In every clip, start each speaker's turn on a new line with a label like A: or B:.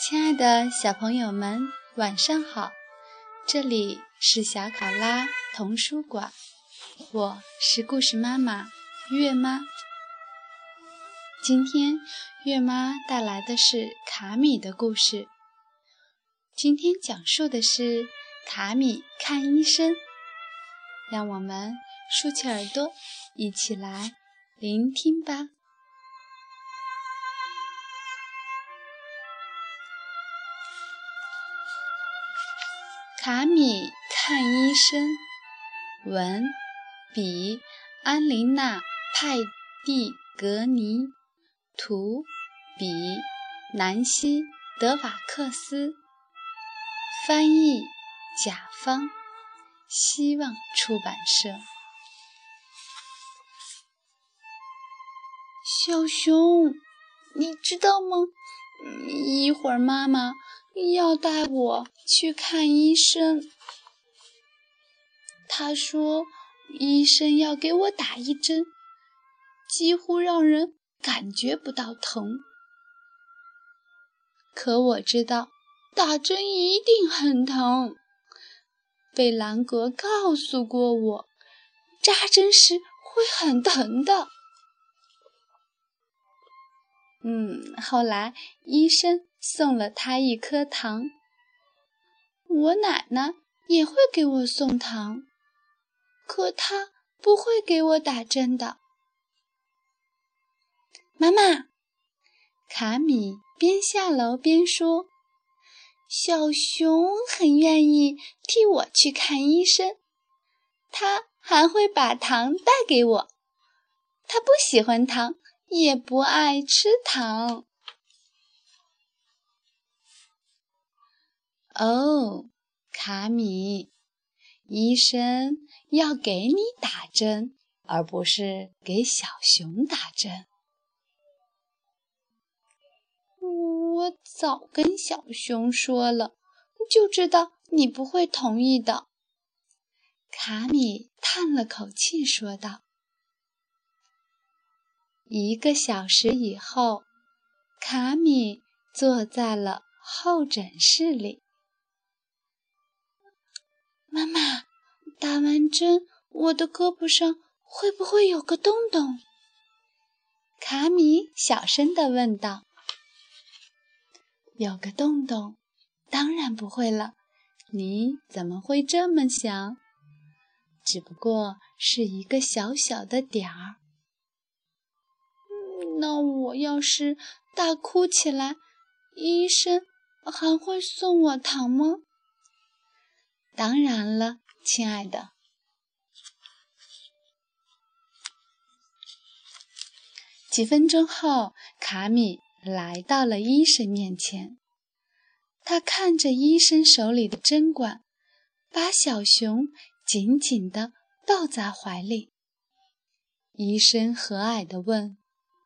A: 亲爱的小朋友们，晚上好！这里是小考拉童书馆，我是故事妈妈月妈。今天月妈带来的是卡米的故事。今天讲述的是卡米看医生，让我们竖起耳朵，一起来聆听吧。卡米看医生，文比安琳娜·派蒂格尼，图比南希·德瓦克斯，翻译甲方，希望出版社。小熊，你知道吗？一会儿妈妈要带我去看医生。她说，医生要给我打一针，几乎让人感觉不到疼。可我知道，打针一定很疼。贝兰格告诉过我，扎针时会很疼的。后来医生送了他一颗糖。我奶奶也会给我送糖，可她不会给我打针的。妈妈，卡米边下楼边说，小熊很愿意替我去看医生，他还会把糖带给我。他不喜欢糖，也不爱吃糖。哦，卡米，医生要给你打针，而不是给小熊打针。我早跟小熊说了，就知道你不会同意的。卡米叹了口气说道。1个小时以后，卡米坐在了候诊室里。妈妈，打完针，我的胳膊上会不会有个洞洞？卡米小声地问道。有个洞洞？当然不会了，你怎么会这么想？只不过是一个小小的点儿。那我要是大哭起来，医生还会送我糖吗？当然了，亲爱的。几分钟后，卡米来到了医生面前。他看着医生手里的针管，把小熊紧紧地抱在怀里。医生和蔼地问，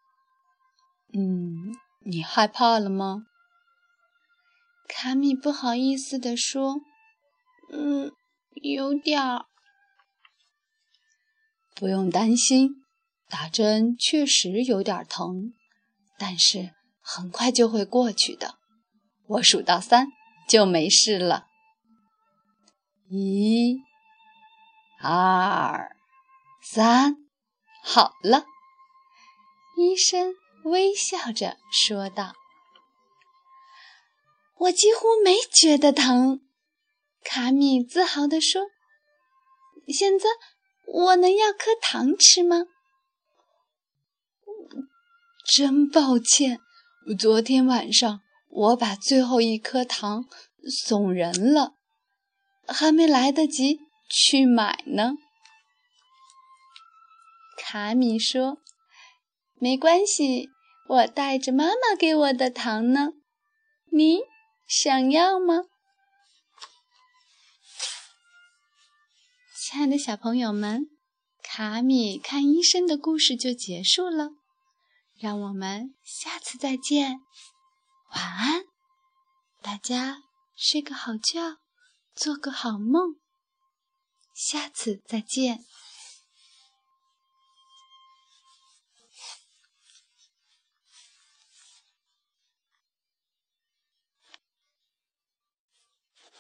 A: 你害怕了吗？卡米不好意思地说，有点儿。不用担心，打针确实有点疼，但是很快就会过去的。我数到3就没事了。1、2、3，好了。医生微笑着说道。我几乎没觉得疼，卡米自豪地说。现在我能要颗糖吃吗？真抱歉，昨天晚上我把最后一颗糖送人了，还没来得及去买呢。卡米说，没关系，我带着妈妈给我的糖呢，你想要吗？亲爱的小朋友们，卡米看医生的故事就结束了，让我们下次再见，晚安，大家睡个好觉，做个好梦，下次再见。